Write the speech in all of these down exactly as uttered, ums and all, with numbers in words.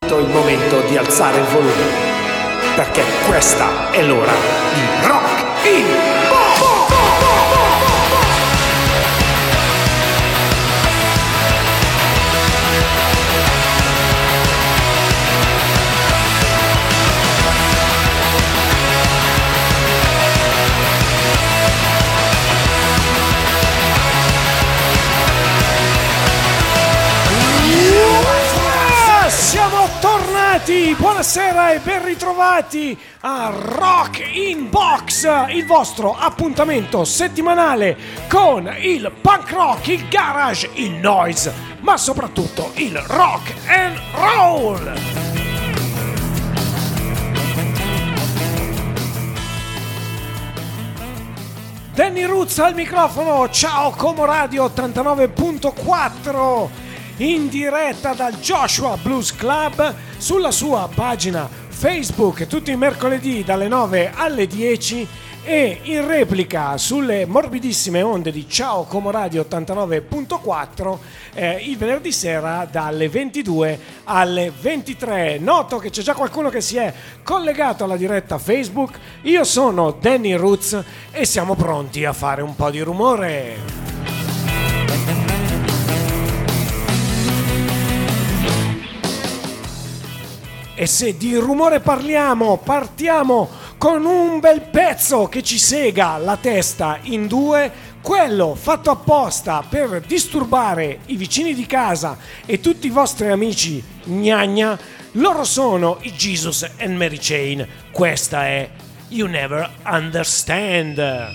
il momento di alzare il volume, perché questa è l'ora di Rock in Box. Siamo tornati, buonasera e ben ritrovati a Rock in Box, il vostro appuntamento settimanale con il punk rock, il garage, il noise, ma soprattutto il rock and roll. Danny Roots al microfono, ciao Como Radio ottantanove virgola quattro. In diretta dal Joshua Blues Club sulla sua pagina Facebook tutti i mercoledì dalle nove alle dieci e in replica sulle morbidissime onde di Ciao Como Radio ottantanove virgola quattro eh, il venerdì sera dalle ventidue alle ventitré. Noto che c'è già qualcuno che si è collegato alla diretta Facebook. Io sono Danny Roots e siamo pronti a fare un po' di rumore. E se di rumore parliamo, partiamo con un bel pezzo che ci sega la testa in due, quello fatto apposta per disturbare i vicini di casa e tutti i vostri amici gnagna. Loro sono i Jesus and Mary Chain. Questa è You Never Understand.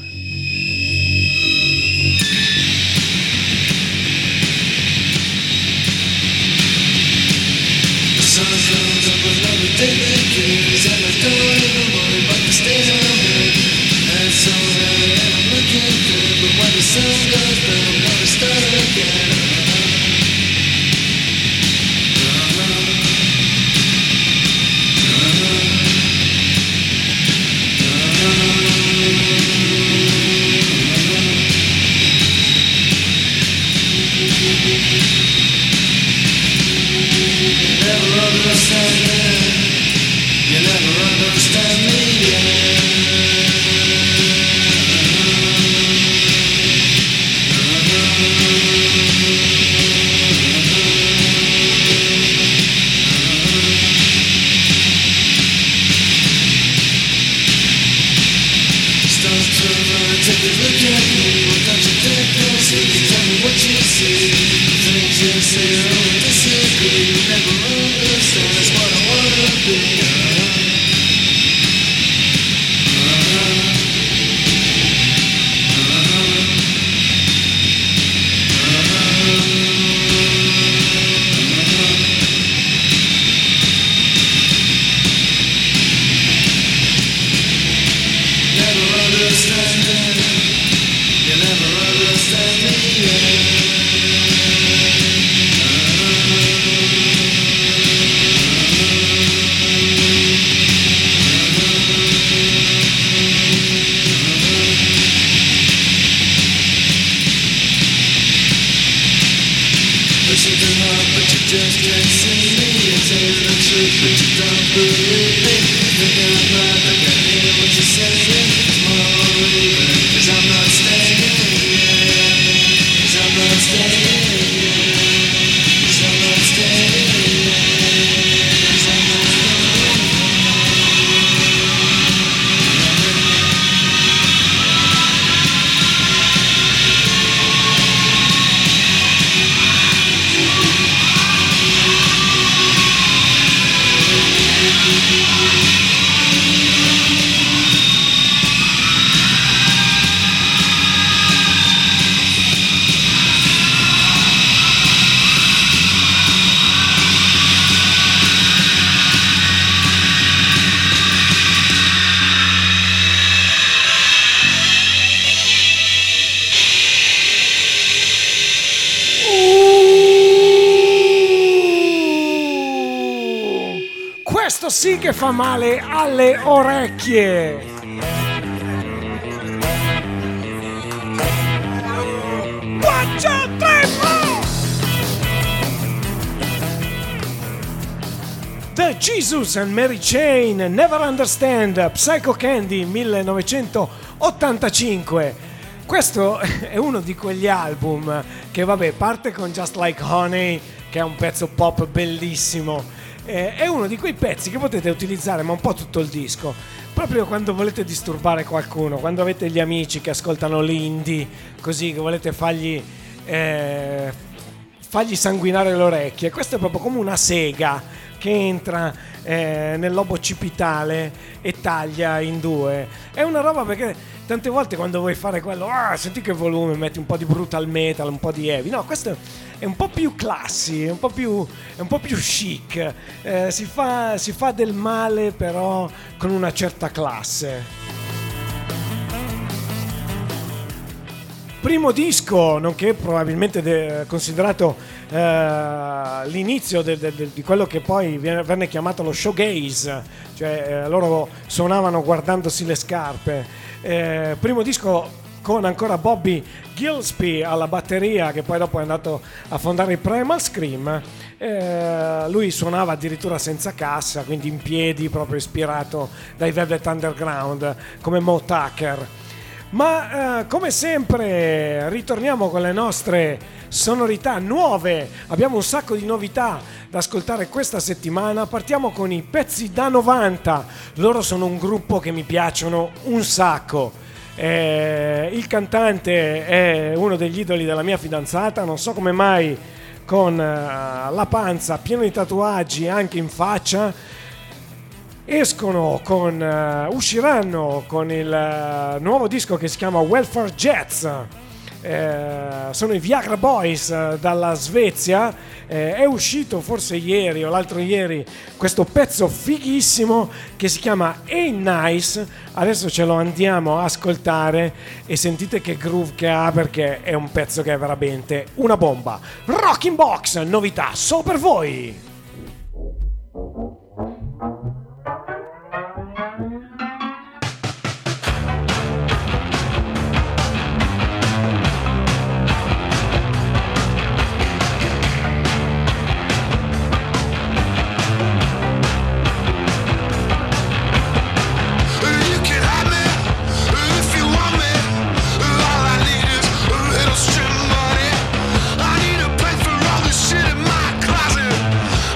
Take the keys and I don't in the morning, but the stays on me. And so early and I'm looking good, but when the sun goes down, I'm gonna start again. You never understand me. You never understand me, yeah. Stop to run, take a look at me. Well, don't you take those easy? Tell me what you see. Things you say are only disagree. You never understand, that's what I wanna be. Just can't see me, you tell the truth, but you don't believe me. Thinking out loud, like I hear what you're saying. Tomorrow leaving, cause I'm not staying, yeah. Cause I'm not staying, yeah. Cause I'm not staying, yeah. Cause I'm not sì che fa male alle orecchie. One, two, three, four. The Jesus and Mary Chain, Never Understand, Psycho Candy millenovecentottantacinque. Questo è uno di quegli album che vabbè parte con Just Like Honey, che è un pezzo pop bellissimo, eh, è uno di quei pezzi che potete utilizzare ma un po' tutto il disco, proprio quando volete disturbare qualcuno, quando avete gli amici che ascoltano l'indie, così che volete fargli eh, fargli sanguinare le orecchie. Questo è proprio come una sega che entra eh, nel lobo occipitale e taglia in due. È una roba perché tante volte quando vuoi fare quello, ah, senti che volume, metti un po' di brutal metal, un po' di heavy. No, questo è un po' più classy, è un po' più, è un po' più chic. Eh, si fa, si fa del male però con una certa classe. Primo disco, nonché probabilmente de- considerato eh, l'inizio de- de- de- di quello che poi viene- venne chiamato lo shoegaze, cioè eh, loro suonavano guardandosi le scarpe. Eh, primo disco con ancora Bobby Gillespie alla batteria, che poi dopo è andato a fondare i Primal Scream. Eh, lui suonava addirittura senza cassa, quindi in piedi, proprio ispirato dai Velvet Underground come Mo Tucker. Ma eh, come sempre ritorniamo con le nostre sonorità nuove, abbiamo un sacco di novità da ascoltare questa settimana. Partiamo con i pezzi da novanta, loro sono un gruppo che mi piacciono un sacco. Eh, il cantante è uno degli idoli della mia fidanzata, non so come mai con uh, la panza piena di tatuaggi anche in faccia. Escono con, uh, usciranno con il uh, nuovo disco che si chiama Welfare Jets. Eh, sono i Viagra Boys uh, dalla Svezia. Eh, è uscito forse ieri o l'altro ieri questo pezzo fighissimo che si chiama Ain't Nice. Adesso ce lo andiamo a ascoltare e sentite che groove che ha, perché è un pezzo che è veramente una bomba. Rocking Box, novità solo per voi. I need a place for all this shit in my closet.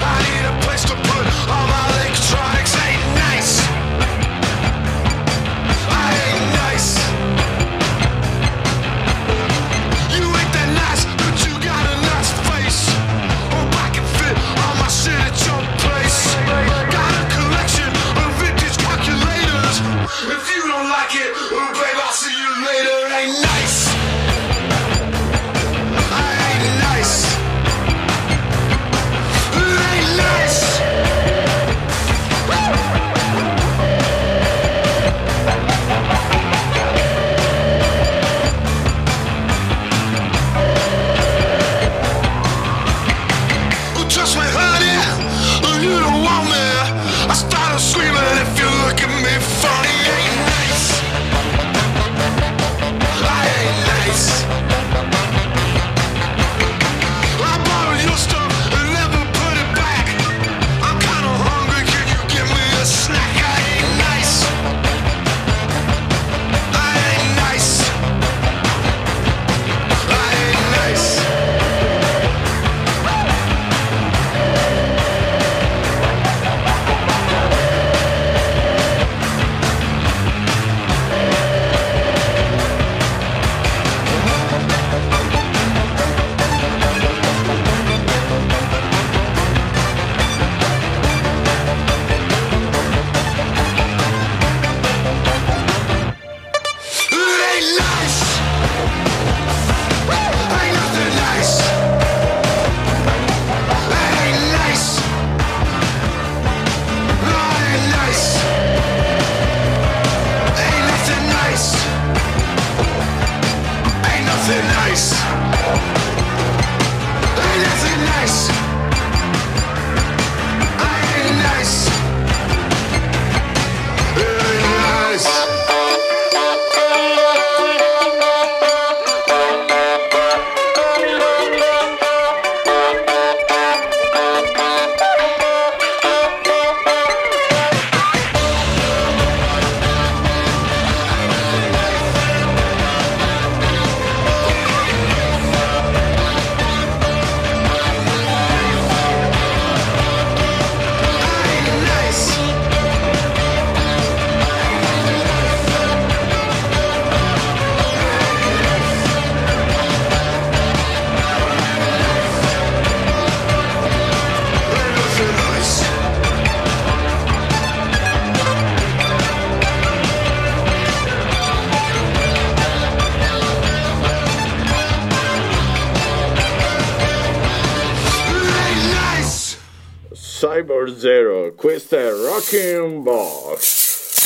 Cyber Zero, questa è Rockin' Box.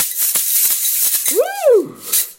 Woo!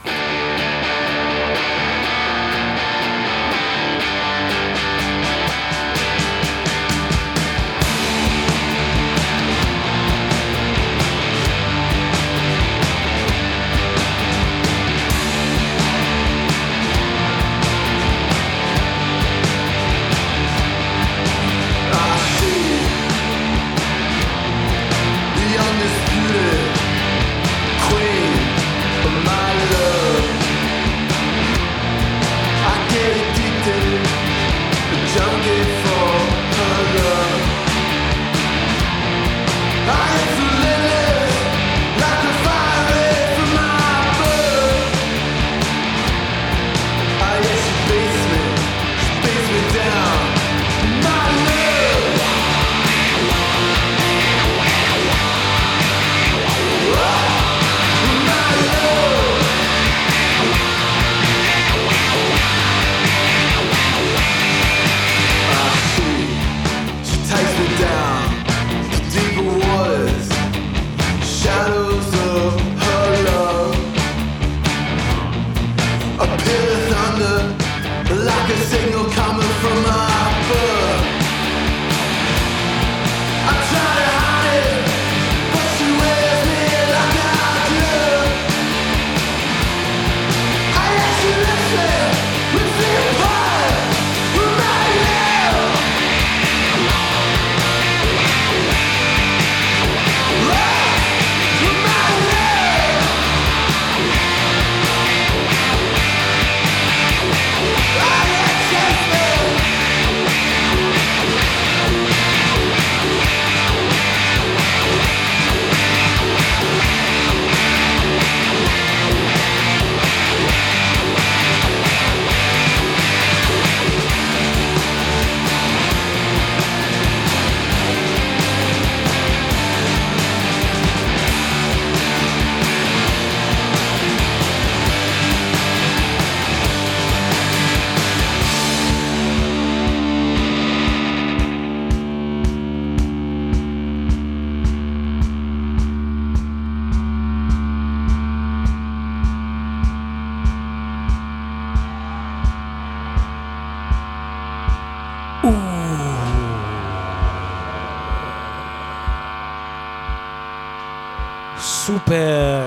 Super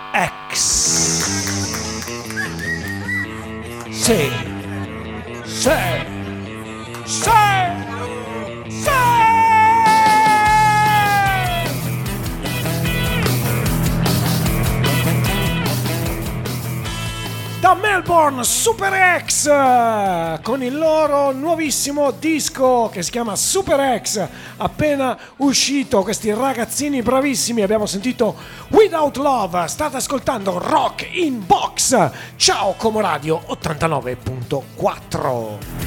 X. Sì. Sì. Sì. Sì. Da Melbourne, Super X con il loro nuovissimo disco che si chiama Super X, appena uscito. Questi ragazzini bravissimi, abbiamo sentito Without Love, state ascoltando Rock in Box. Ciao Como Radio ottantanove virgola quattro.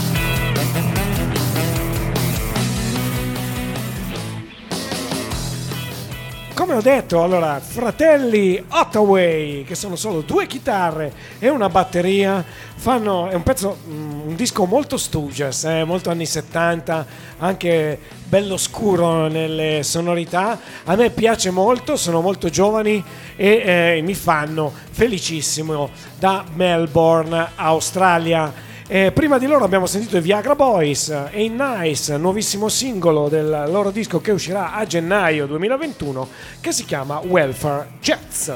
Come ho detto, allora, fratelli Ottaway, che sono solo due chitarre e una batteria, fanno, è un pezzo, un disco molto Stooges, eh, molto anni settanta, anche bello scuro nelle sonorità. A me piace molto, sono molto giovani e eh, mi fanno felicissimo, da Melbourne, Australia. Eh, prima di loro abbiamo sentito i Viagra Boys e in Nice, nuovissimo singolo del loro disco che uscirà a gennaio duemilaventuno, che si chiama Welfare Jets.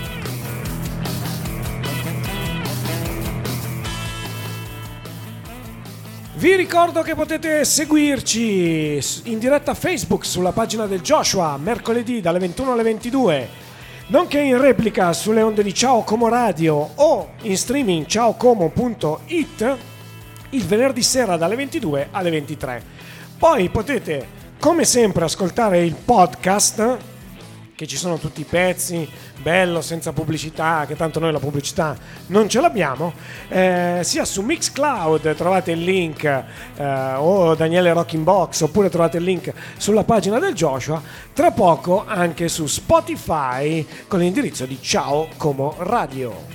Vi ricordo che potete seguirci in diretta Facebook sulla pagina del Joshua mercoledì dalle ventuno alle ventidue, nonché in replica sulle onde di Ciao Como Radio o in streaming ciaocomo punto it il venerdì sera dalle ventidue alle ventitré. Poi potete, come sempre, ascoltare il podcast, che ci sono tutti i pezzi, bello, senza pubblicità, che tanto noi la pubblicità non ce l'abbiamo, eh, sia su Mixcloud, trovate il link, eh, o Daniele Rockin' Box, oppure trovate il link sulla pagina del Joshua, tra poco anche su Spotify con l'indirizzo di Ciao Como Radio.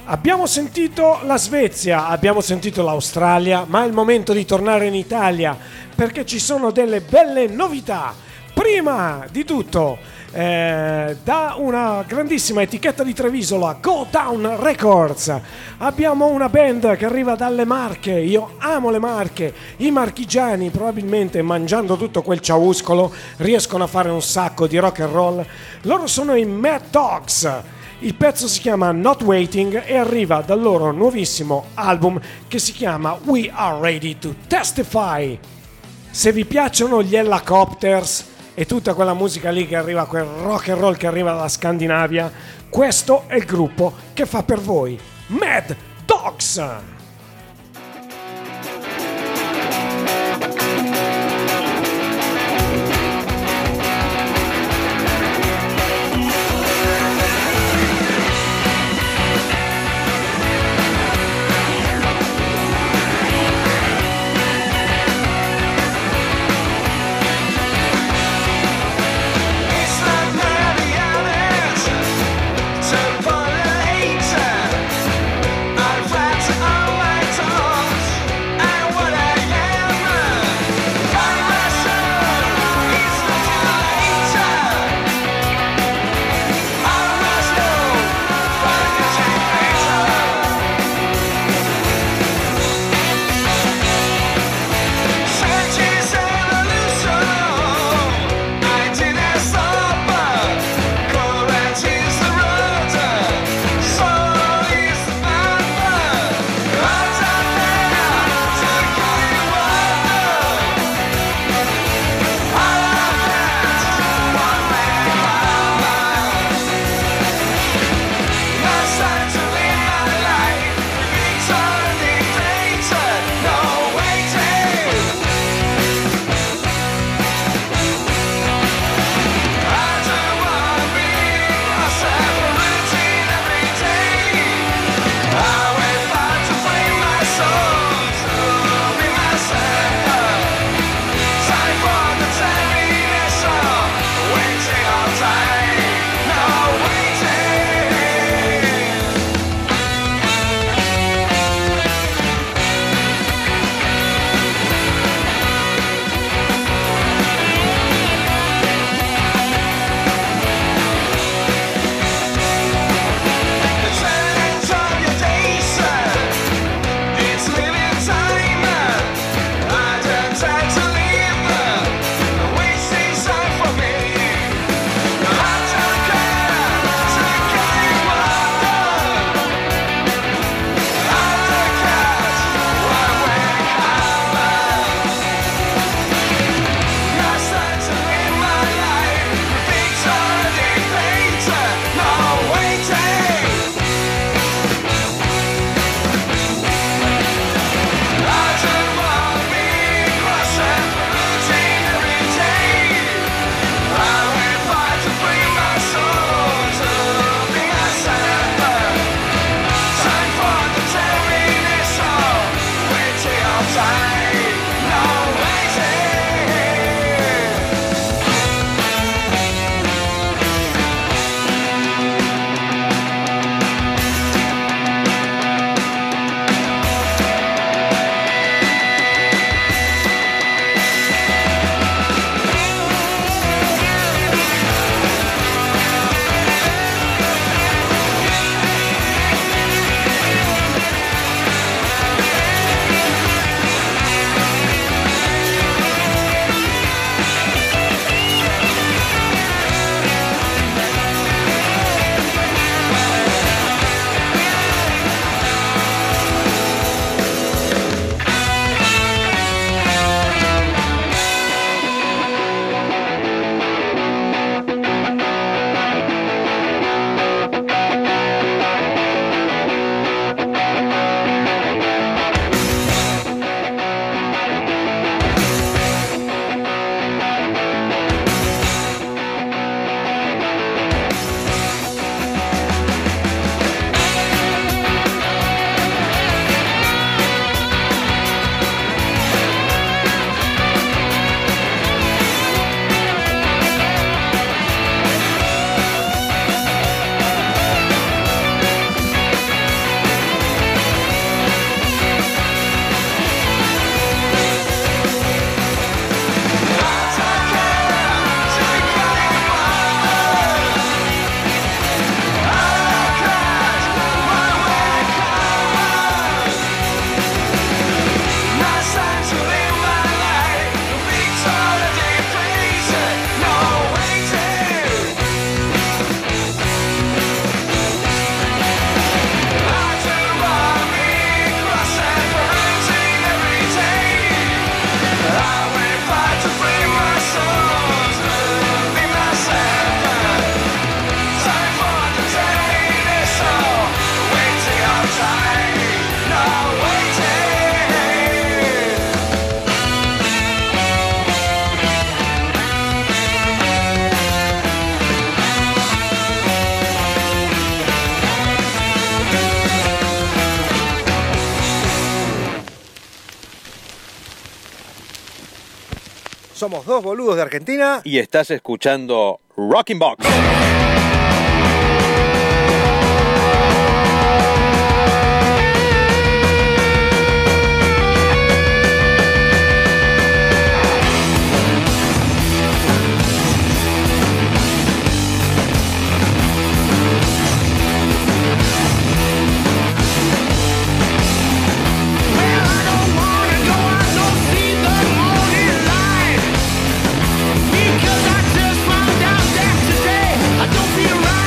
Abbiamo sentito la Svezia, abbiamo sentito l'Australia, ma è il momento di tornare in Italia perché ci sono delle belle novità. Prima di tutto, eh, da una grandissima etichetta di Treviso, la Go Down Records, abbiamo una band che arriva dalle Marche. Io amo le Marche, i marchigiani probabilmente mangiando tutto quel ciauscolo riescono a fare un sacco di rock and roll. Loro sono i Mad Dogs. Il pezzo si chiama Not Waiting e arriva dal loro nuovissimo album che si chiama We Are Ready to Testify. Se vi piacciono gli Helicopters e tutta quella musica lì che arriva, quel rock and roll che arriva dalla Scandinavia, questo è il gruppo che fa per voi, Mad Dogs! To put later, I'd rather Somos dos boludos de Argentina. Y estás escuchando Rocking Box. Because I just found out that today I don't feel right.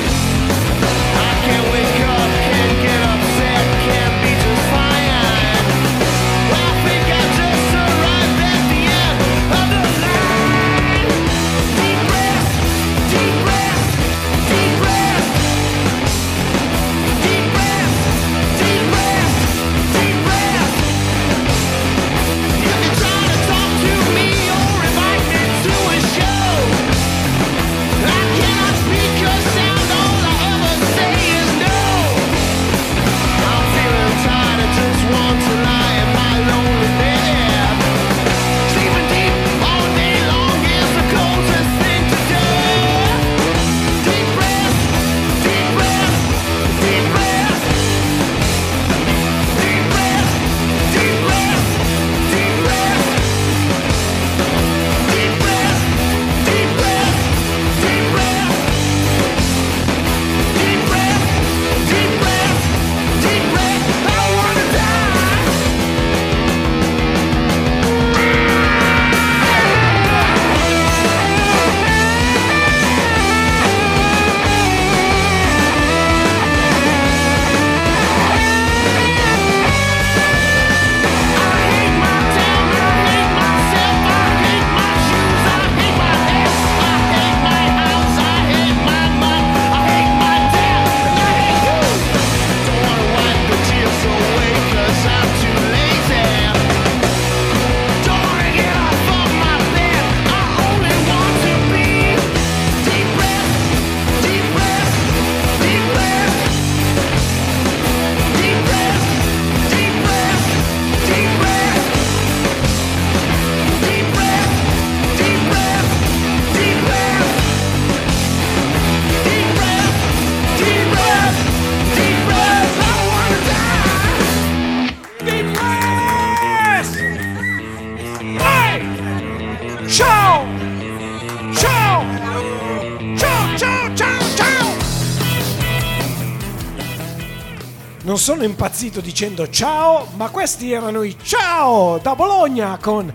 non sono impazzito dicendo ciao, ma questi erano i Ciao da Bologna con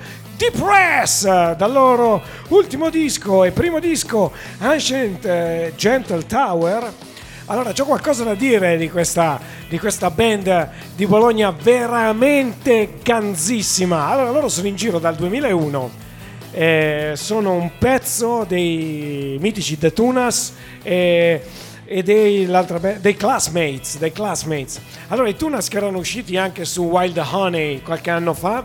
Depress, dal loro ultimo disco e primo disco Ancient eh, Gentle Tower. Allora, c'ho qualcosa da dire di questa, di questa band di Bologna veramente ganzissima. Allora, loro sono in giro dal duemilauno, eh, sono un pezzo dei mitici The Tunas e, e dei, l'altra band, dei Classmates, dei Classmates. Allora, i Tunas che erano usciti anche su Wild Honey qualche anno fa,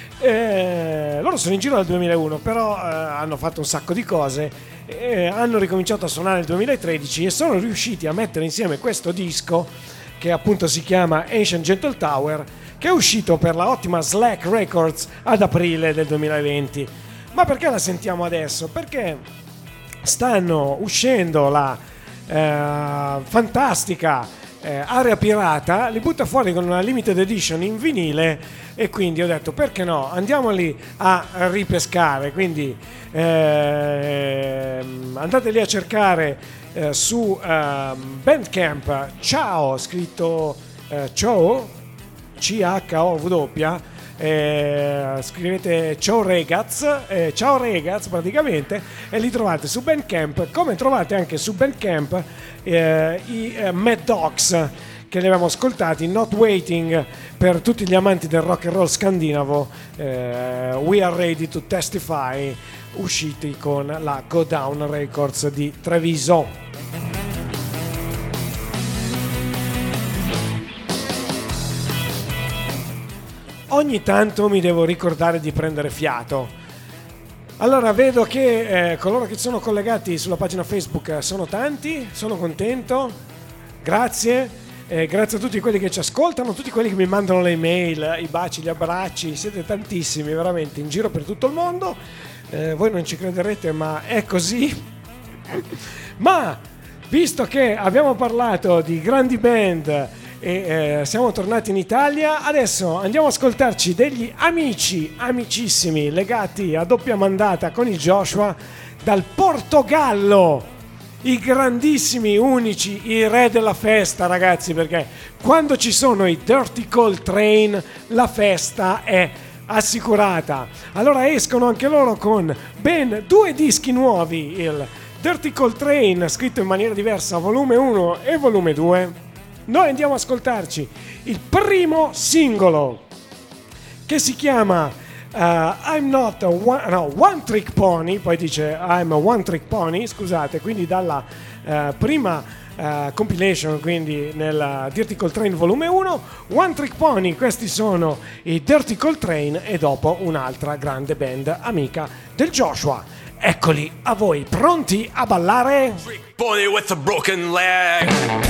eh, loro sono in giro dal duemilauno, però eh, hanno fatto un sacco di cose. Eh, hanno ricominciato a suonare nel duemilatredici e sono riusciti a mettere insieme questo disco che appunto si chiama Ancient Gentle Tower, che è uscito per la ottima Slack Records ad aprile del duemilaventi. Ma perché la sentiamo adesso? Perché stanno uscendo la eh, fantastica eh, Area Pirata, li butta fuori con una limited edition in vinile, e quindi ho detto perché no, andiamoli a ripescare. Quindi eh, andate lì a cercare eh, su eh, Bandcamp Ciao, scritto eh, Ciao, C H O W, eh, scrivete Ciao Regaz, eh, Ciao Regaz praticamente, e li trovate su Bandcamp, come trovate anche su Bandcamp eh, i eh, Mad Dogs, che li abbiamo ascoltati, Not Waiting, per tutti gli amanti del rock and roll scandinavo, eh, We Are Ready to Testify, usciti con la Go Down Records di Treviso. Ogni tanto mi devo ricordare di prendere fiato. Allora, vedo che eh, coloro che sono collegati sulla pagina Facebook sono tanti, sono contento, grazie. Eh, grazie a tutti quelli che ci ascoltano, tutti quelli che mi mandano le email, i baci, gli abbracci, siete tantissimi veramente in giro per tutto il mondo. eh, voi non ci crederete, ma è così. Ma visto che abbiamo parlato di grandi band e eh, siamo tornati in Italia, adesso andiamo ad ascoltarci degli amici, amicissimi, legati a doppia mandata con il Joshua dal Portogallo. I grandissimi, unici, i re della festa, ragazzi, perché quando ci sono i Dirty Cold Train la festa è assicurata. Allora escono anche loro con ben due dischi nuovi, il Dirty Cold Train scritto in maniera diversa, volume uno e volume due. Noi andiamo ad ascoltarci il primo singolo, che si chiama Uh, I'm not a one, no, one trick pony, poi dice I'm a one trick pony, scusate, quindi dalla uh, prima uh, compilation, quindi nel Dirty Cold Train volume uno, One Trick Pony, questi sono i Dirty Cold Train, e dopo un'altra grande band amica del Joshua. Eccoli a voi, pronti a ballare? Trick pony with a broken leg.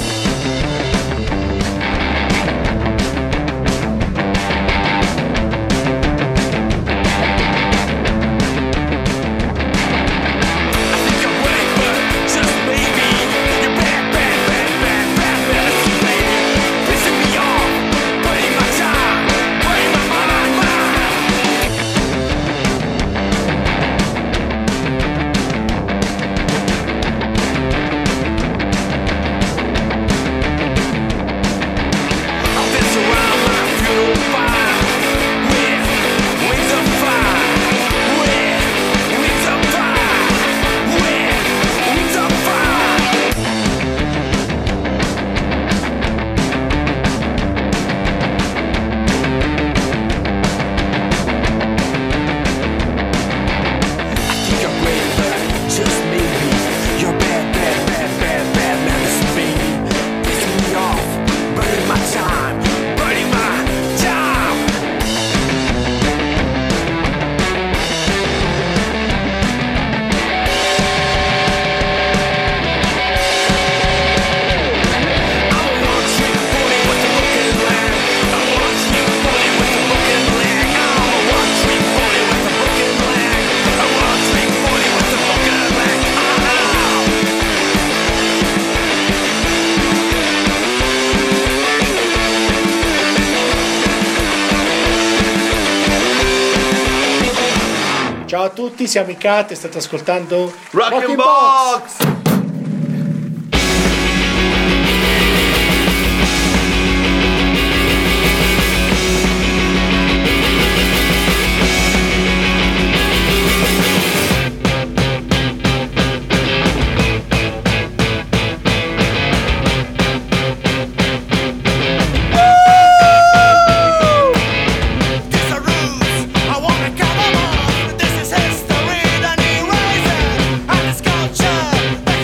Ciao a tutti, siamo i Cat e state ascoltando Rockin' Box! This is history, the new rising, and it's culture.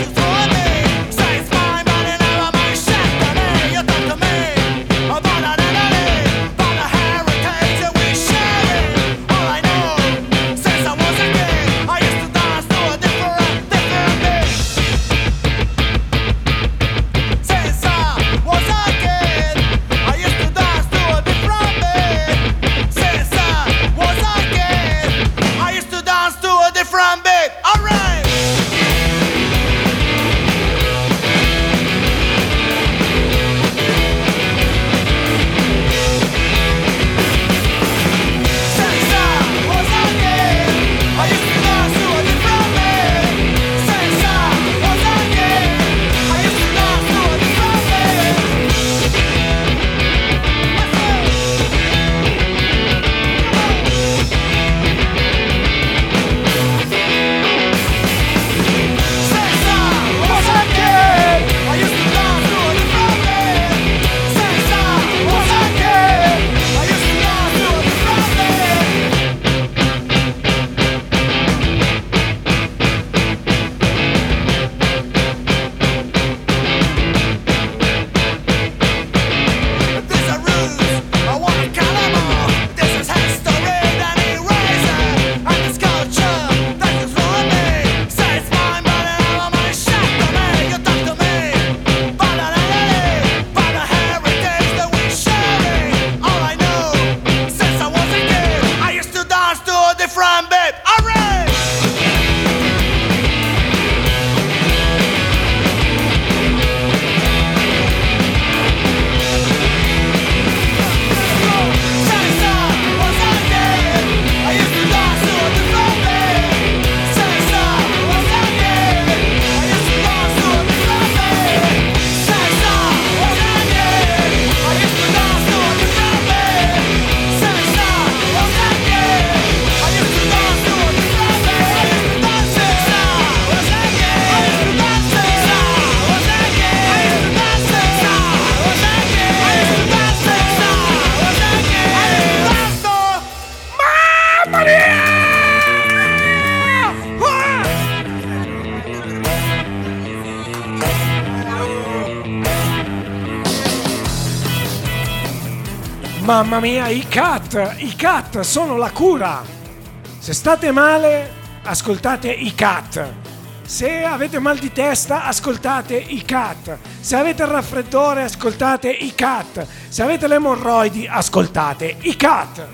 Mamma mia, i cat, i cat sono la cura. Se state male, ascoltate i cat. Se avete mal di testa, ascoltate i cat. Se avete il raffreddore, ascoltate i cat. Se avete le emorroidi, ascoltate i cat.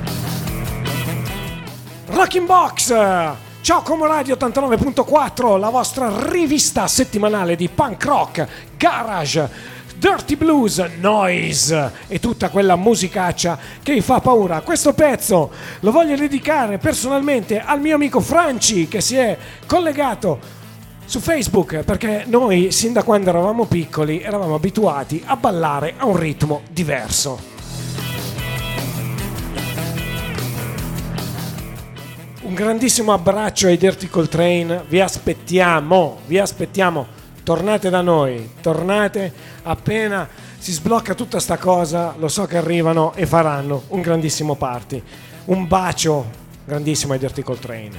Rocking Box! Ciao Como Radio ottantanove punto quattro, la vostra rivista settimanale di punk rock, garage, dirty blues, noise e tutta quella musicaccia che vi fa paura. Questo pezzo lo voglio dedicare personalmente al mio amico Franci, che si è collegato su Facebook, perché noi sin da quando eravamo piccoli eravamo abituati a ballare a un ritmo diverso. Un grandissimo abbraccio ai Dirty Coltrane, vi aspettiamo, vi aspettiamo. Tornate da noi, tornate appena si sblocca tutta sta cosa, lo so che arrivano e faranno un grandissimo party. Un bacio grandissimo ai Dirty Coltrane.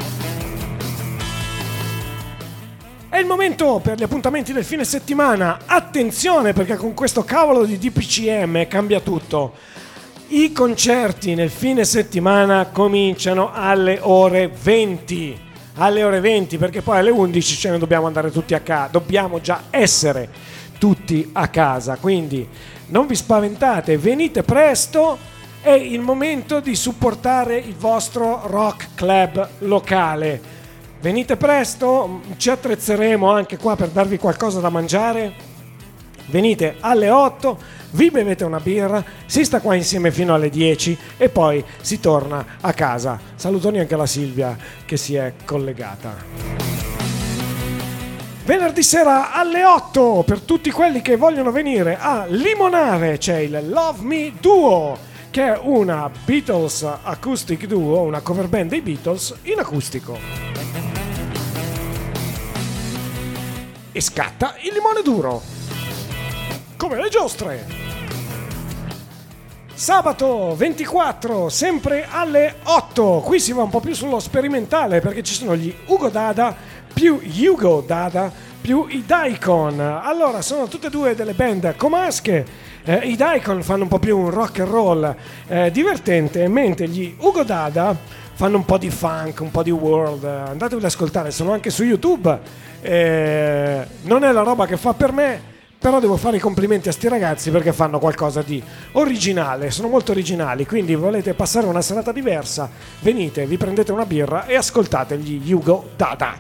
È il momento per gli appuntamenti del fine settimana. Attenzione, perché con questo cavolo di D P C M cambia tutto. I concerti nel fine settimana cominciano alle ore venti. Alle ore venti, perché poi alle undici ce ne dobbiamo andare tutti a casa, dobbiamo già essere tutti a casa, quindi non vi spaventate, venite presto, è il momento di supportare il vostro rock club locale. Venite presto, ci attrezzeremo anche qua per darvi qualcosa da mangiare. Venite alle otto, vi bevete una birra, si sta qua insieme fino alle dieci e poi si torna a casa. Salutoni anche alla Silvia che si è collegata. Venerdì sera alle otto, per tutti quelli che vogliono venire a limonare, c'è il Love Me Duo, che è una Beatles acoustic duo, una cover band dei Beatles in acustico. E scatta il limone duro, come le giostre. Sabato ventiquattro, sempre alle otto. Qui si va un po' più sullo sperimentale, perché ci sono gli Ugo Dada più Hugo Dada più i Daikon. Allora, sono tutte e due delle band comasche. Eh, I Daikon fanno un po' più un rock and roll eh, divertente, mentre gli Ugo Dada fanno un po' di funk, un po' di world. Andatevi ad ascoltare, sono anche su YouTube. Eh, non è la roba che fa per me, però devo fare i complimenti a sti ragazzi perché fanno qualcosa di originale, sono molto originali, quindi volete passare una serata diversa, venite, vi prendete una birra e ascoltate gli Hugo Dada.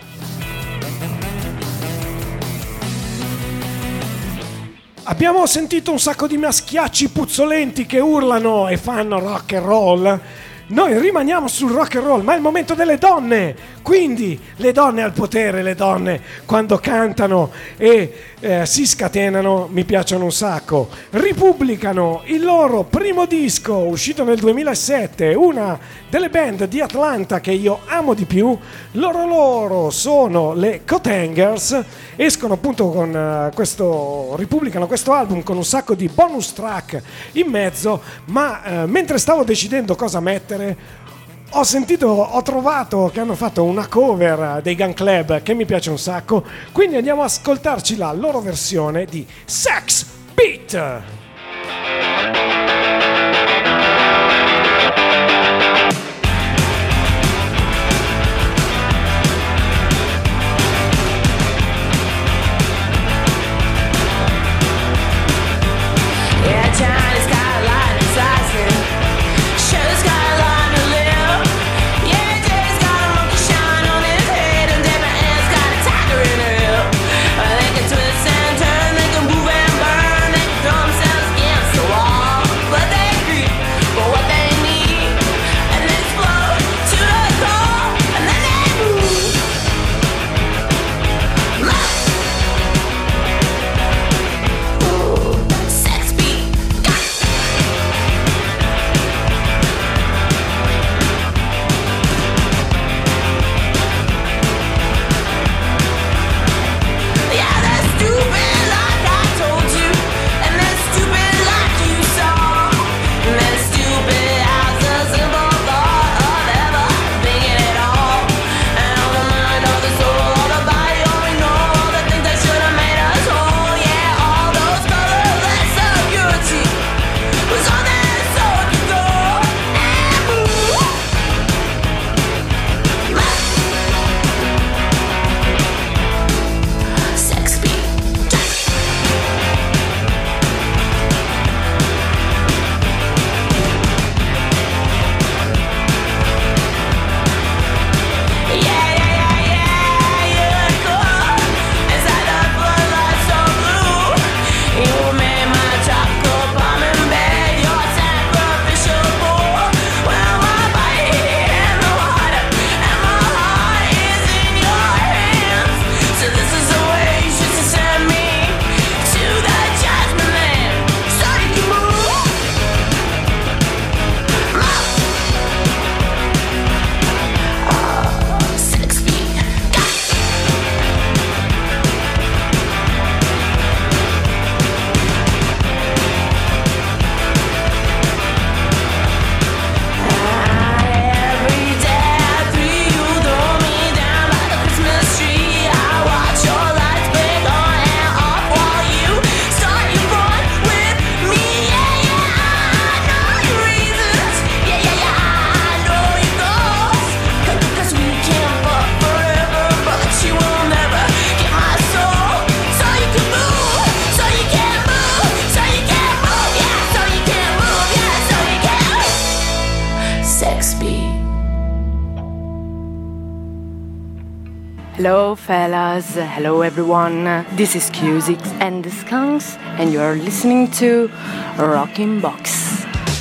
Abbiamo sentito un sacco di maschiacci puzzolenti che urlano e fanno rock and roll. Noi rimaniamo sul rock and roll, ma è il momento delle donne, quindi le donne al potere, le donne quando cantano e eh, si scatenano mi piacciono un sacco. Ripubblicano il loro primo disco uscito nel duemilasette, una delle band di Atlanta che io amo di più. Loro loro sono le Coathangers, escono appunto con uh, questo, ripubblicano questo album con un sacco di bonus track in mezzo, ma uh, mentre stavo decidendo cosa mettere ho sentito, ho trovato che hanno fatto una cover dei Gun Club che mi piace un sacco, quindi andiamo ad ascoltarci la loro versione di Sex Beat. They can twist and turn, they can move and burn, they can throw themselves Sex Beat. Hello fellas, hello everyone, this is Cusix and the Skunks and you are listening to Rockin' Box.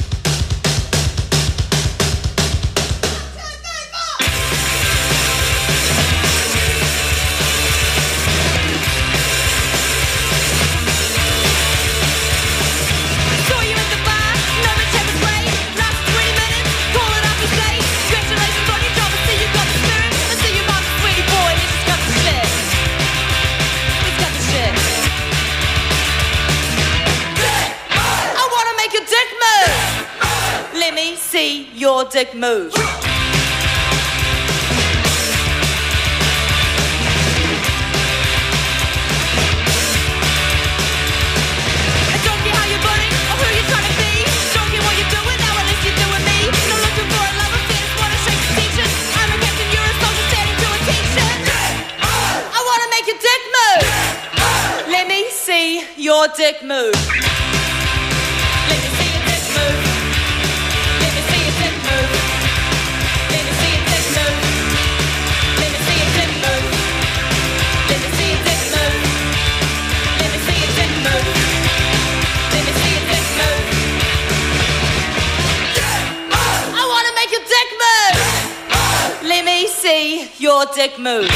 See your dick move. I don't care how you're running or who you're trying to be. Don't care what you're doing now unless you're doing me. Not looking for a love affair, wanna shake the teachers. I'm a captain, you're a soldier standing to attention. I wanna make your dick move. Let me see your dick move. Let me see your dick move. Let me see your dick move. Let me see your dick move. Let me see your dick move. Let me see your dick move. Let me see your dick move. Let me see your dick move. I wanna make your dick move. Let me see your dick move.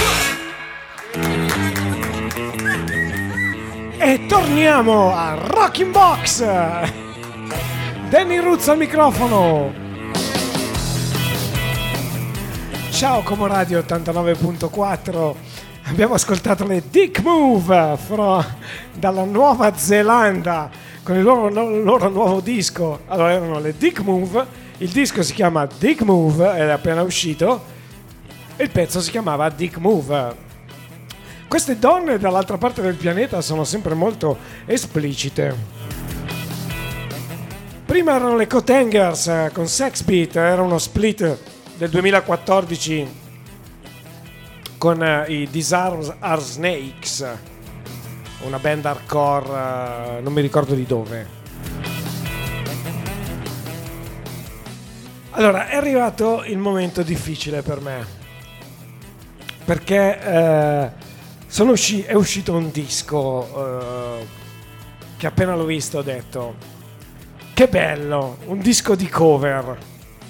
E torniamo a Rockin' Box. Danny Roots al microfono. Ciao Como Radio ottantanove virgola quattro. Abbiamo ascoltato le Dick Move fra, dalla Nuova Zelanda con il loro, il loro nuovo disco. Allora erano le Dick Move. Il disco si chiama Dick Move, è appena uscito. E il pezzo si chiamava Dick Move. Queste donne dall'altra parte del pianeta sono sempre molto esplicite. Prima erano le Coat-Hangers eh, con Sex Beat, era uno split del duemilaquattordici con eh, i Disarms Are Snakes, una band hardcore, eh, non mi ricordo di dove. Allora, è arrivato il momento difficile per me, perché eh, sono usci- è uscito un disco eh, che appena l'ho visto ho detto che bello, un disco di cover.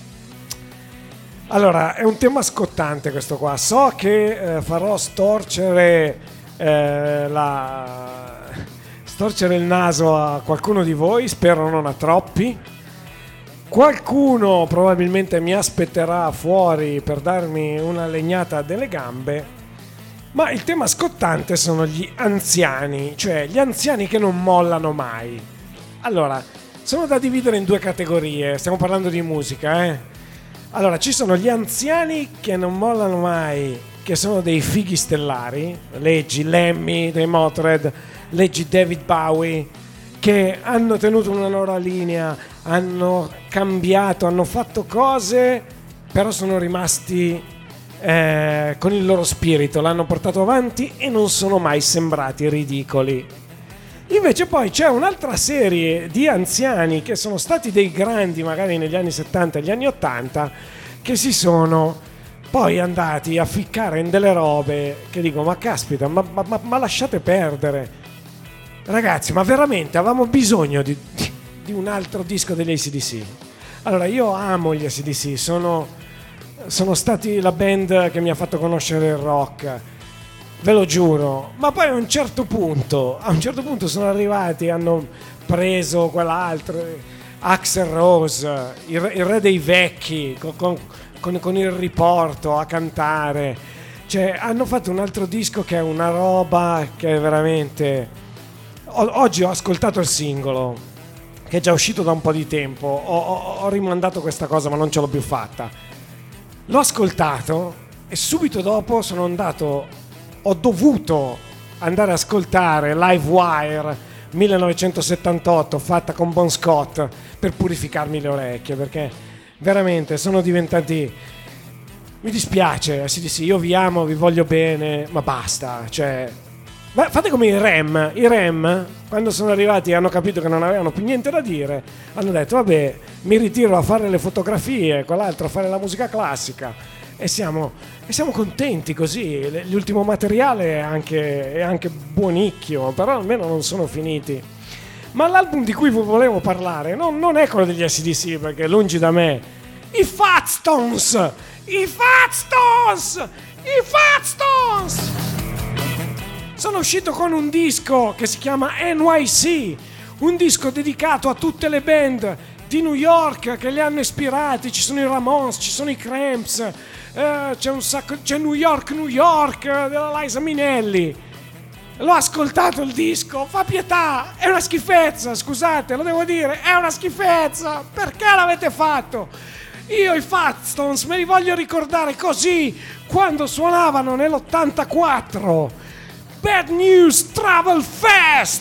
Allora, è un tema scottante questo qua. So che eh, farò storcere eh, la storcere il naso a qualcuno di voi, spero non a troppi. Qualcuno probabilmente mi aspetterà fuori per darmi una legnata delle gambe. Ma il tema scottante sono gli anziani, cioè gli anziani che non mollano mai. Allora, sono da dividere in due categorie, stiamo parlando di musica, eh. Allora, ci sono gli anziani che non mollano mai, che sono dei fighi stellari, leggi Lemmy dei Motörhead, leggi David Bowie, che hanno tenuto una loro linea, hanno cambiato, hanno fatto cose, però sono rimasti Eh, con il loro spirito, l'hanno portato avanti e non sono mai sembrati ridicoli. Invece poi c'è un'altra serie di anziani che sono stati dei grandi magari negli anni settanta e negli anni ottanta, che si sono poi andati a ficcare in delle robe che dico ma caspita, ma, ma, ma, ma lasciate perdere ragazzi, ma veramente avevamo bisogno di, di, di un altro disco degli A C D C. Allora, io amo gli A C D C, sono sono stati la band che mi ha fatto conoscere il rock, ve lo giuro, ma poi a un certo punto a un certo punto sono arrivati, hanno preso quell'altro Axl Rose, il, il re dei vecchi, con, con, con il riporto a cantare, cioè hanno fatto un altro disco che è una roba che è veramente. O, oggi ho ascoltato il singolo che è già uscito da un po' di tempo, ho, ho, ho rimandato questa cosa ma non ce l'ho più fatta. L'ho ascoltato e subito dopo sono andato, ho dovuto andare ad ascoltare Livewire millenovecentosettantotto fatta con Bon Scott per purificarmi le orecchie, perché veramente sono diventati, mi dispiace, sì, sì, io vi amo, vi voglio bene, ma basta, cioè Ma fate come i Rem, i Rem quando sono arrivati e hanno capito che non avevano più niente da dire, hanno detto vabbè, mi ritiro a fare le fotografie, quell'altro a fare la musica classica e siamo, e siamo contenti così. L'ultimo materiale è anche, è anche buonicchio, però almeno non sono finiti. Ma l'album di cui vi volevo parlare non, non è quello degli A C D C, perché lungi da me. I Fat Stones! I Fat Stones! I Fat Stones! Sono uscito con un disco che si chiama N Y C, un disco dedicato a tutte le band di New York che li hanno ispirati. Ci sono i Ramones, ci sono i Cramps, eh, c'è un sacco, c'è New York, New York della Liza Minnelli. L'ho ascoltato il disco, fa pietà, è una schifezza, scusate, lo devo dire, è una schifezza. Perché l'avete fatto? Io i Fat Stones me li voglio ricordare così, quando suonavano nell'ottantaquattro. Bad News Travel Fest!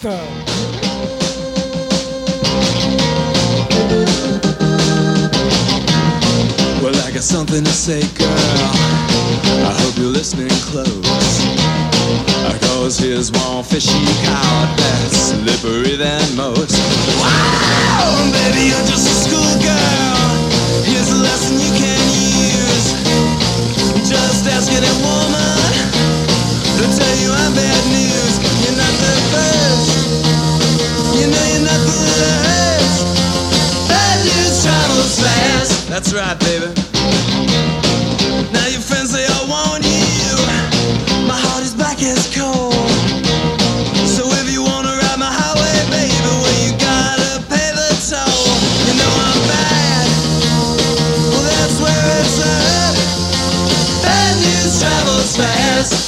Well, I got something to say, girl. I hope you're listening close. Cause here's one fishy cod that's slippery than most. Wow, baby, you're just a schoolgirl. Here's a lesson you can use. Just ask any woman. They'll tell you I'm bad news. You're not the first. You know you're not the last. Bad news travels fast. That's right, baby. Now your friends they all want you. My heart is black as coal. So if you wanna ride my highway, baby, well you gotta pay the toll. You know I'm bad. Well that's where it's at. Bad news travels fast.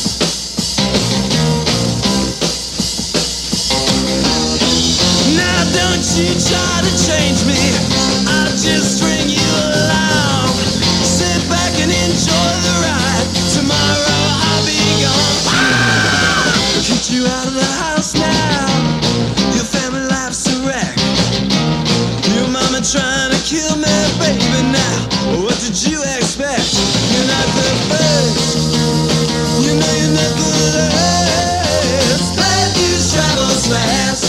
Don't you try to change me, I'll just string you along. Sit back and enjoy the ride. Tomorrow I'll be gone. I'll kick you out of the house now. Your family life's a wreck. Your mama trying to kill me, baby, now. What did you expect? You're not the first. You know you're not the last. Bad news travels fast.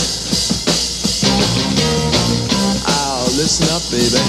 Listen up, baby.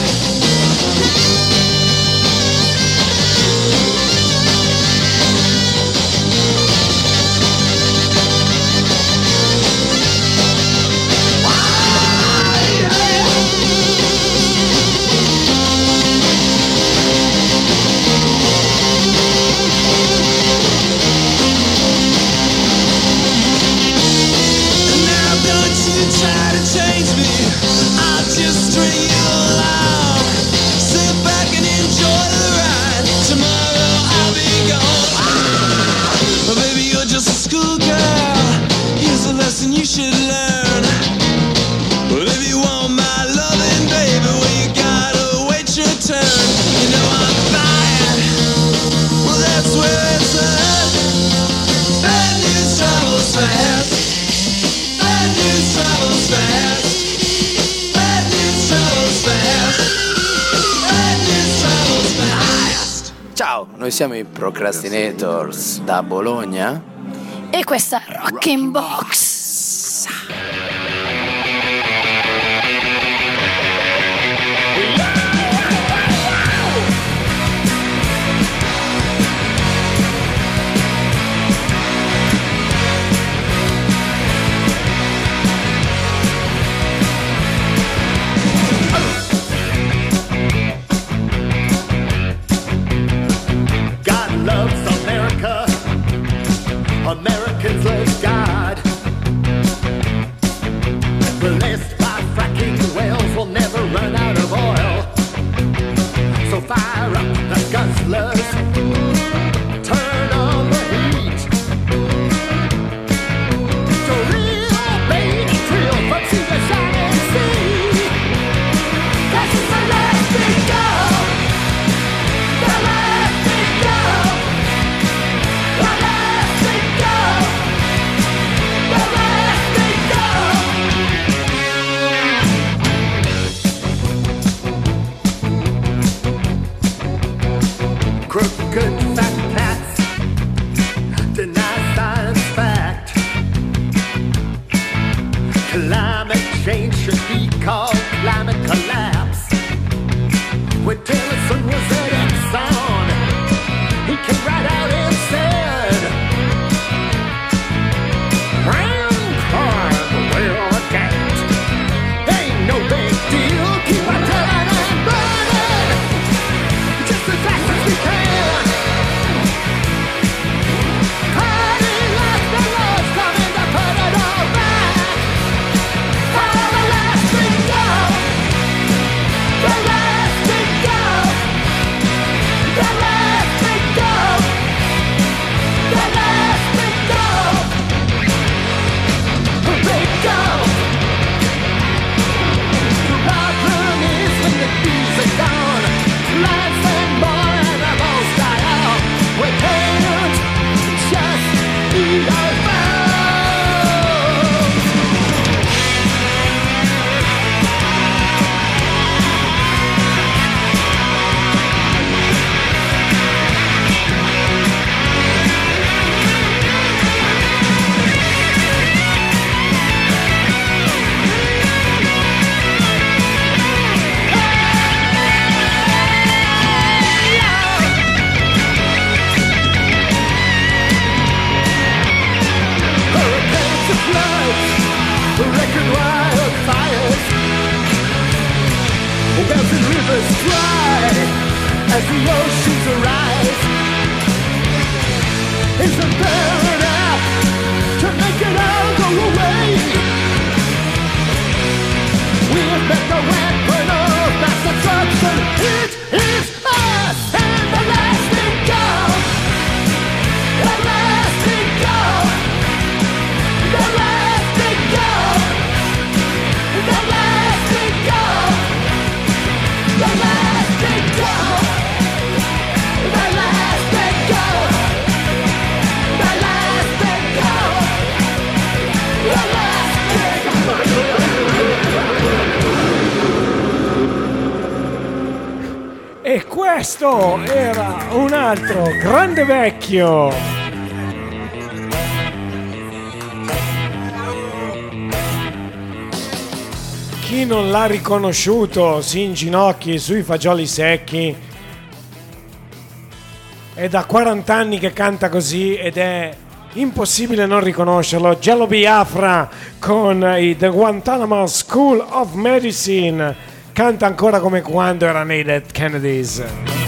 Now don't you try to change me. I'll just string you along. Sit back and enjoy the ride. Tomorrow I'll be gone. But baby, you're just a schoolgirl. Here's a lesson you should learn. But if you want my loving, baby, well you gotta wait your turn. You know I'm fine. Well that's where it's at. Bad news travels fast. Bad news travels fast. Ciao, noi siamo i Procrastinators da Bologna e questa è Rockin' Box. Americans love God. Blessed by fracking wells, will never run out of oil. So fire up the guzzlers, turn on the heat. So real baby drill from sea to shining sea. This is the last big go, the last big go, the last big go, the last big go. Crooked fat cats deny science fact. was at Exxon. He came right out and said, "Brown card, well, that ain't no big deal. Keep on telling and burning, just as fast as we can. Cutting like the Lord's coming to put it all back. For the last thing go, the last thing go, the last thing go, the last thing go, the big go. The problem is when the bees are gone, lights and more and the balls die out. We can't just eat our bones. Hurricanes and floods, record wildfires, wells and rivers dry as the oceans arise. Isn't there an app to make it all go away? We've been the weapon of mass destruction. It is us and the last thing go, the last thing go, the last thing go, the last thing go, the last thing go, the last thing go, the last thing go, the last E questo era un altro grande vecchio. Chi non l'ha riconosciuto si inginocchi sui fagioli secchi. È da quaranta anni che canta così ed è impossibile non riconoscerlo. Jello Biafra con i The Guantanamo School of Medicine. Canta ancora come quando era nei Dead Kennedys.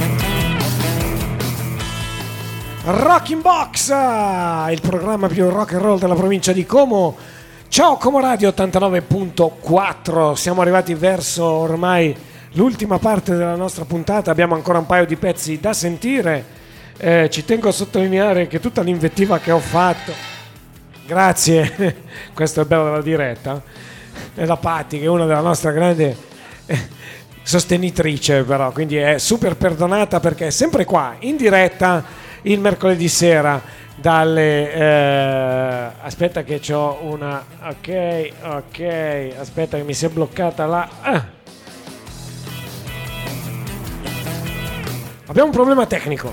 Rockin' Box, il programma più rock and roll della provincia di Como. Ciao Como Radio ottantanove virgola quattro. Siamo arrivati verso ormai l'ultima parte della nostra puntata. Abbiamo ancora un paio di pezzi da sentire. Eh, ci tengo a sottolineare che tutta l'invettiva che ho fatto, grazie, questo è bello della diretta, è la Patti, che è una della nostra grande sostenitrice, però, quindi è super perdonata perché è sempre qua in diretta il mercoledì sera dalle eh, aspetta che c'ho una ok ok aspetta che mi si è bloccata la ah. Abbiamo un problema tecnico.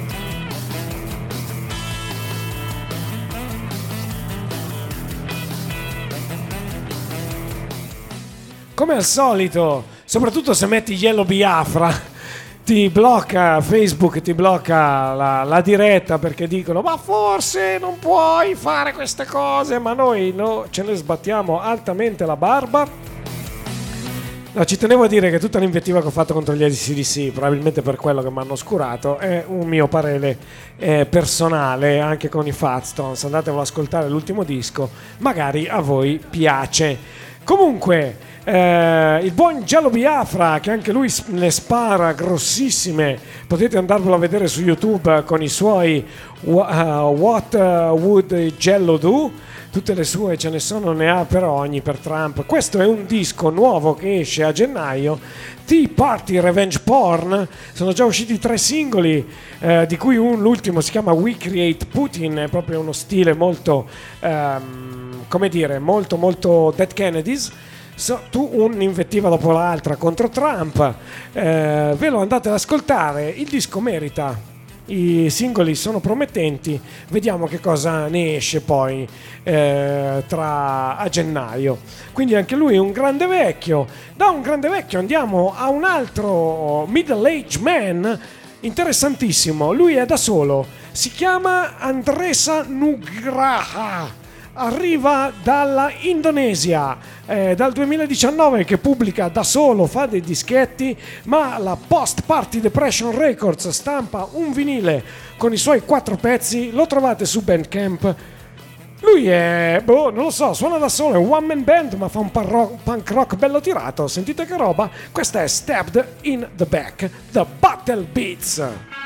Come al solito, soprattutto se metti Jello Biafra, ti blocca Facebook, ti blocca la, la diretta perché dicono ma forse non puoi fare queste cose, ma noi no, ce ne sbattiamo altamente la barba. No, ci tenevo a dire che tutta l'invettiva che ho fatto contro gli A C D C, probabilmente per quello che mi hanno oscurato, è un mio parere eh, personale, anche con i Fatstones. Andatevelo ad ascoltare l'ultimo disco, magari a voi piace. Comunque, eh, il buon Jello Biafra, che anche lui ne spara grossissime, potete andarvelo a vedere su YouTube con i suoi uh, What Would Jello Do? Tutte le sue, ce ne sono, ne ha per ogni, per Trump. Questo è un disco nuovo che esce a gennaio, Tea Party Revenge Porn. Sono già usciti tre singoli, eh, di cui un, l'ultimo si chiama We Create Putin, è proprio uno stile molto, ehm, come dire, molto molto Dead Kennedys. So, tu un'invettiva dopo l'altra contro Trump, eh, ve lo andate ad ascoltare, il disco merita, i singoli sono promettenti, vediamo che cosa ne esce poi eh, tra a gennaio. Quindi anche lui è un grande vecchio. Da un grande vecchio andiamo a un altro middle-aged man interessantissimo. Lui è da solo, si chiama Andresa Nugraha. Arriva dalla Indonesia, eh, dal duemiladiciannove che pubblica da solo, fa dei dischetti, ma la Post Party Depression Records stampa un vinile con i suoi quattro pezzi, lo trovate su Bandcamp. Lui è, boh, non lo so, suona da solo, è un one man band, ma fa un punk rock, punk rock bello tirato. Sentite che roba, questa è Stabbed in the Back, The Battle Beats.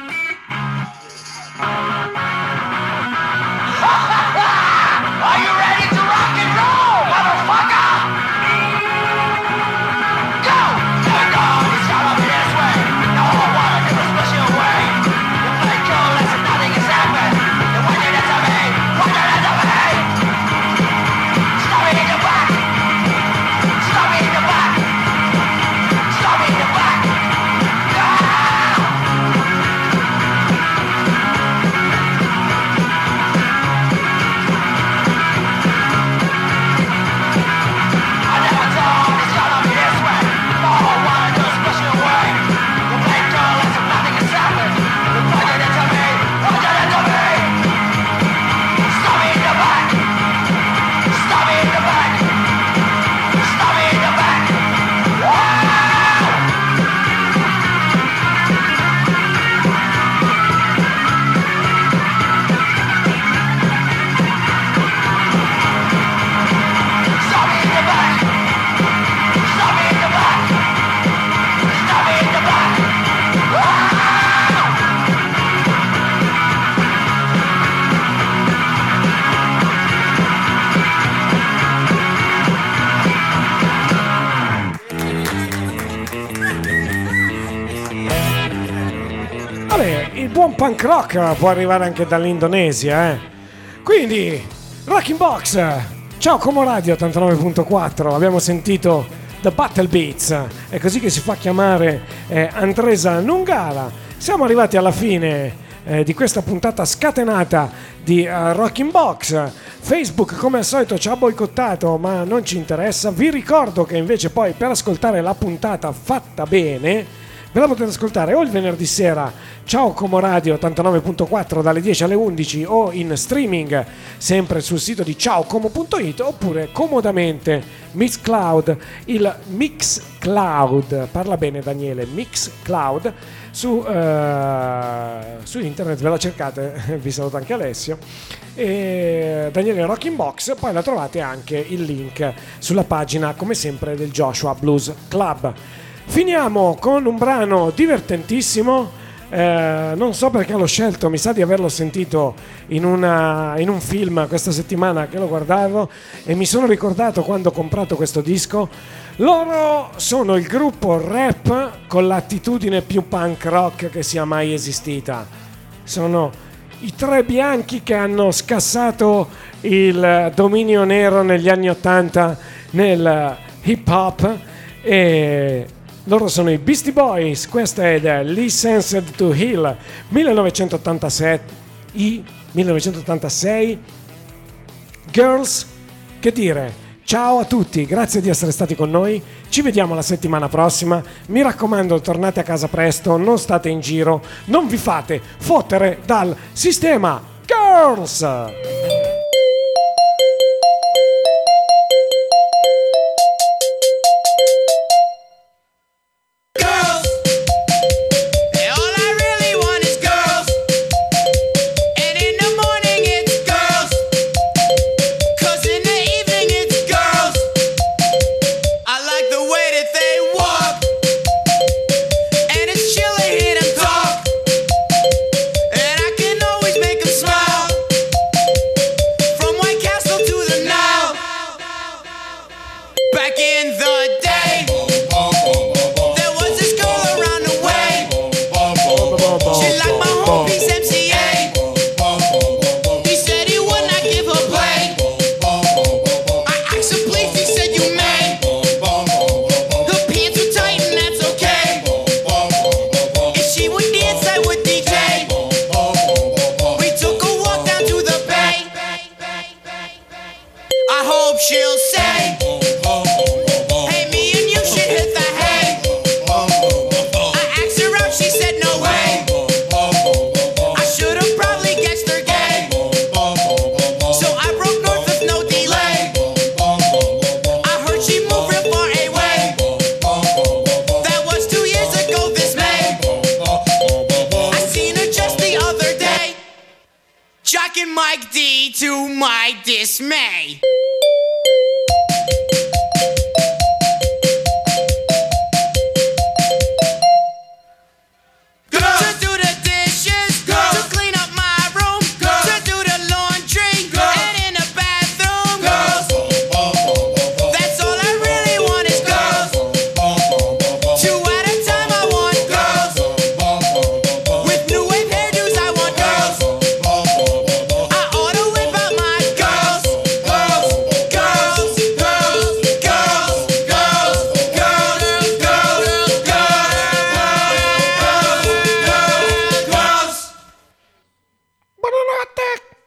Are you ready to rock and roll, motherfucker? Go! Go, go, it's gotta be this way. No one wanna do is push you away. You play cool as if nothing has happened. You want it to me, want it to me. Stop me in the back. Stop me in the back. Stop me in the back. Go! Il buon punk rock può arrivare anche dall'Indonesia, eh. Quindi Rocking Box, ciao Como Radio ottantanove virgola quattro, abbiamo sentito The Battle Beats, è così che si fa chiamare eh, Andresa Nungala. Siamo arrivati alla fine eh, di questa puntata scatenata di uh, Rocking Box. Facebook come al solito ci ha boicottato, ma non ci interessa. Vi ricordo che invece poi per ascoltare la puntata fatta bene ve la potete ascoltare o il venerdì sera, ciao Como Radio ottantanove virgola quattro dalle dieci alle undici, o in streaming sempre sul sito di ciaocomo punto it, oppure comodamente Mixcloud, il Mixcloud, parla bene Daniele, Mixcloud su, uh, su internet, ve la cercate, vi saluto anche Alessio, e Daniele Rocking Box, poi la trovate anche il link sulla pagina come sempre del Joshua Blues Club. Finiamo con un brano divertentissimo, eh, non so perché l'ho scelto, mi sa di averlo sentito in, una, in un film questa settimana che lo guardavo e mi sono ricordato quando ho comprato questo disco. Loro sono il gruppo rap con l'attitudine più punk rock che sia mai esistita. Sono i tre bianchi che hanno scassato il dominio nero negli anni ottanta nel hip hop, e loro sono i Beastie Boys. Questa è da Licensed to Heal millenovecentottantasette, i millenovecentottantasei. Girls, che dire, ciao a tutti, grazie di essere stati con noi, ci vediamo la settimana prossima, mi raccomando tornate a casa presto, non state in giro, non vi fate fottere dal sistema. Girls! Mike and Mike D to my dismay.